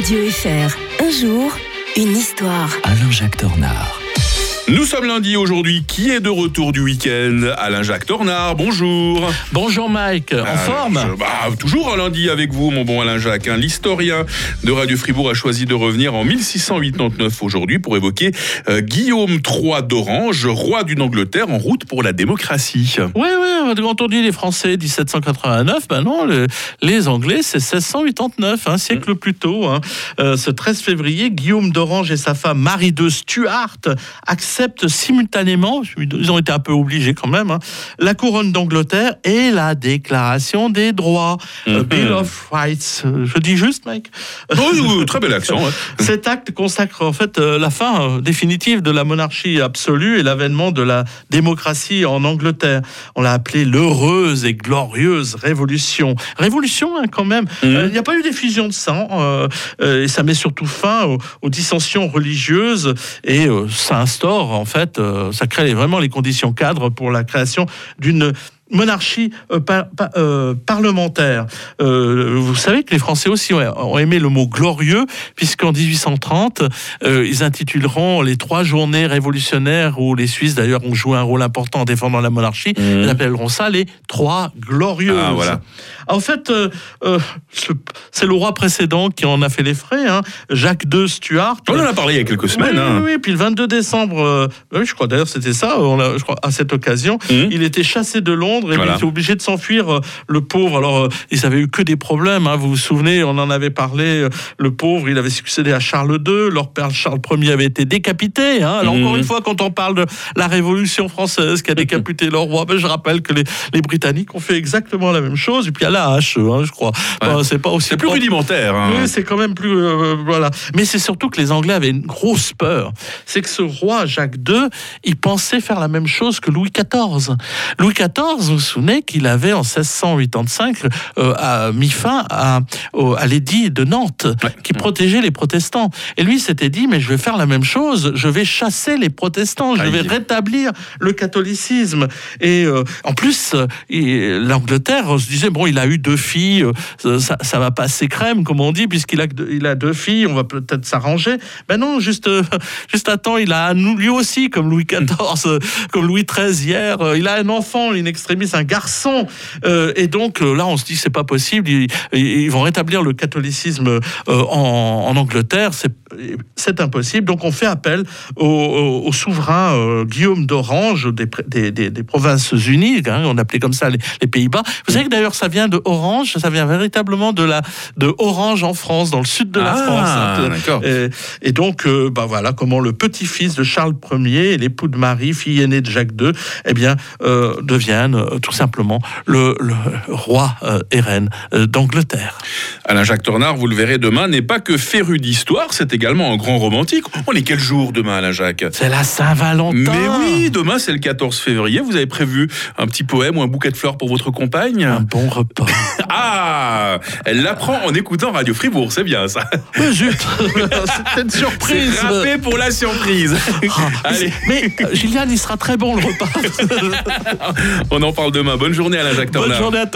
Radio FR, un jour, une histoire. Alain-Jacques Tornard. Nous sommes lundi aujourd'hui. Qui est de retour du week-end? Alain-Jacques Tornard, bonjour. Bonjour Mike, en forme? Toujours un lundi avec vous, mon bon Alain-Jacques. L'historien de Radio Fribourg a choisi de revenir en 1689 aujourd'hui pour évoquer Guillaume III d'Orange, roi d'Angleterre en route pour la démocratie. Oui, quand on dit les Français 1789, non, les Anglais c'est 1689, un siècle plus tôt. Ce 13 février, Guillaume d'Orange et sa femme Marie de Stuart acceptent simultanément, ils ont été un peu obligés quand même, la couronne d'Angleterre et la déclaration des droits, Bill of Rights. Je dis juste, Mike? Oui, très bel accent. Ouais. Cet acte consacre en fait la fin définitive de la monarchie absolue et l'avènement de la démocratie en Angleterre. On l'a appelé l'heureuse et glorieuse révolution. Révolution quand même. Il n'y a pas eu d'effusion de sang et ça met surtout fin aux dissensions religieuses et ça instaure en fait, ça crée vraiment les conditions cadres pour la création d'une monarchie parlementaire. Vous savez que les Français aussi ont aimé le mot glorieux, puisqu'en 1830, ils intituleront les 3 journées révolutionnaires, où les Suisses d'ailleurs ont joué un rôle important en défendant la monarchie, ils appelleront ça les 3 glorieuses. Ah, voilà. En fait, c'est le roi précédent qui en a fait les frais, Jacques II Stuart. On en a parlé il y a quelques semaines. Oui, puis le 22 décembre, je crois d'ailleurs c'était ça, je crois, à cette occasion, il était chassé de Londres. Et il était obligé de s'enfuir, le pauvre. Alors, ils n'avaient eu que des problèmes. Vous vous souvenez, on en avait parlé. Le pauvre, il avait succédé à Charles II. Leur père Charles Ier avait été décapité. Alors, encore une fois, quand on parle de la Révolution française qui a décapité leur roi, je rappelle que les Britanniques ont fait exactement la même chose. Et puis à la hache, je crois. C'est pas aussi. C'est plus rudimentaire. Oui, c'est quand même plus. Voilà. Mais c'est surtout que les Anglais avaient une grosse peur. C'est que ce roi Jacques II, il pensait faire la même chose que Louis XIV. Louis XIV, vous vous souvenez qu'il avait en 1685 mis fin à l'édit de Nantes qui protégeait les protestants. Et lui s'était dit, mais je vais faire la même chose, je vais chasser les protestants, je vais rétablir le catholicisme. Et en plus, l'Angleterre se disait, bon, il a eu 2 filles, ça va passer crème, comme on dit, puisqu'il a 2 filles, on va peut-être s'arranger. Ben non, juste à temps, il a lui aussi, comme Louis XIV, comme Louis XIII hier, il a un enfant, une extrémiste, un garçon, et donc là on se dit c'est pas possible, ils vont rétablir le catholicisme en Angleterre, c'est impossible, donc on fait appel au souverain Guillaume d'Orange des Provinces-Unies, on appelait comme ça les Pays-Bas. Vous savez que d'ailleurs ça vient de Orange, ça vient véritablement de Orange en France, dans le sud de la France. D'accord. Et donc voilà comment le petit-fils de Charles Ier et l'époux de Marie, fille aînée de Jacques II, deviennent tout simplement le roi et reine d'Angleterre. Alain-Jacques Tornard, vous le verrez demain, n'est pas que féru d'histoire, c'est également un grand romantique. On est quel jour demain, Alain-Jacques? C'est la Saint-Valentin. Mais oui, demain c'est le 14 février. Vous avez prévu un petit poème ou un bouquet de fleurs pour votre compagne? Un bon repas. Elle l'apprend en écoutant Radio Fribourg, c'est bien ça. Zut, c'était une surprise. C'est râpé pour la surprise. Allez. Mais Gillian, il sera très bon le repas. On en parle demain. Bonne journée Alain-Jacques Tornard. Bonne journée à